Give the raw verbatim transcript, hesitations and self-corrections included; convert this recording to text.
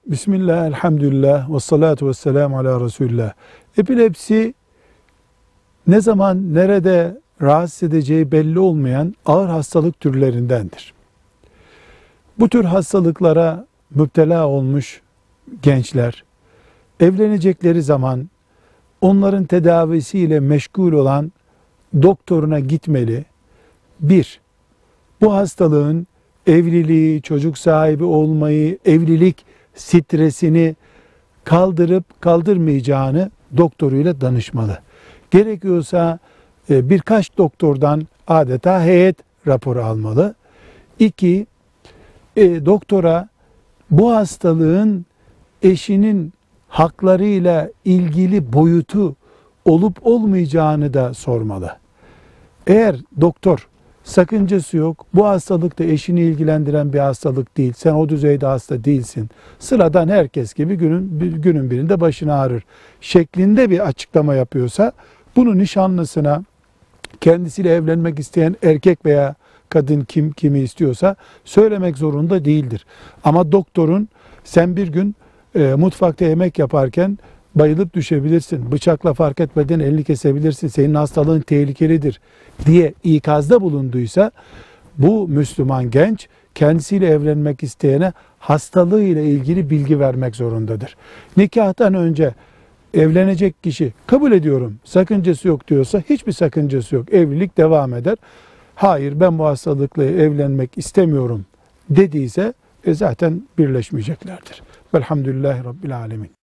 Bismillah, elhamdülillah, ve salatu ve selamu ala Resulullah. Epilepsi ne zaman, nerede rahatsız edeceği belli olmayan ağır hastalık türlerindendir. Bu tür hastalıklara müptela olmuş gençler, evlenecekleri zaman onların tedavisiyle meşgul olan doktoruna gitmeli. Bir, bu hastalığın evliliği, çocuk sahibi olmayı, evlilik stresini kaldırıp kaldırmayacağını doktoruyla danışmalı. Gerekiyorsa birkaç doktordan adeta heyet raporu almalı. İki, e, doktora bu hastalığın eşinin haklarıyla ilgili boyutu olup olmayacağını da sormalı. Eğer doktor sakıncası yok, bu hastalık da eşini ilgilendiren bir hastalık değil, sen o düzeyde hasta değilsin, sıradan herkes gibi günün, günün birinde başın ağrır şeklinde bir açıklama yapıyorsa, bunu nişanlısına, kendisiyle evlenmek isteyen erkek veya kadın kim kimi istiyorsa söylemek zorunda değildir. Ama doktorun sen bir gün e, mutfakta yemek yaparken bayılıp düşebilirsin, bıçakla fark etmeden elini kesebilirsin, senin hastalığın tehlikelidir diye ikazda bulunduysa, bu Müslüman genç kendisiyle evlenmek isteyene hastalığıyla ilgili bilgi vermek zorundadır. Nikahtan önce evlenecek kişi kabul ediyorum, sakıncası yok diyorsa hiçbir sakıncası yok, evlilik devam eder. Hayır, ben bu hastalıkla evlenmek istemiyorum dediyse e zaten birleşmeyeceklerdir. Velhamdülillahi Rabbil Alemin.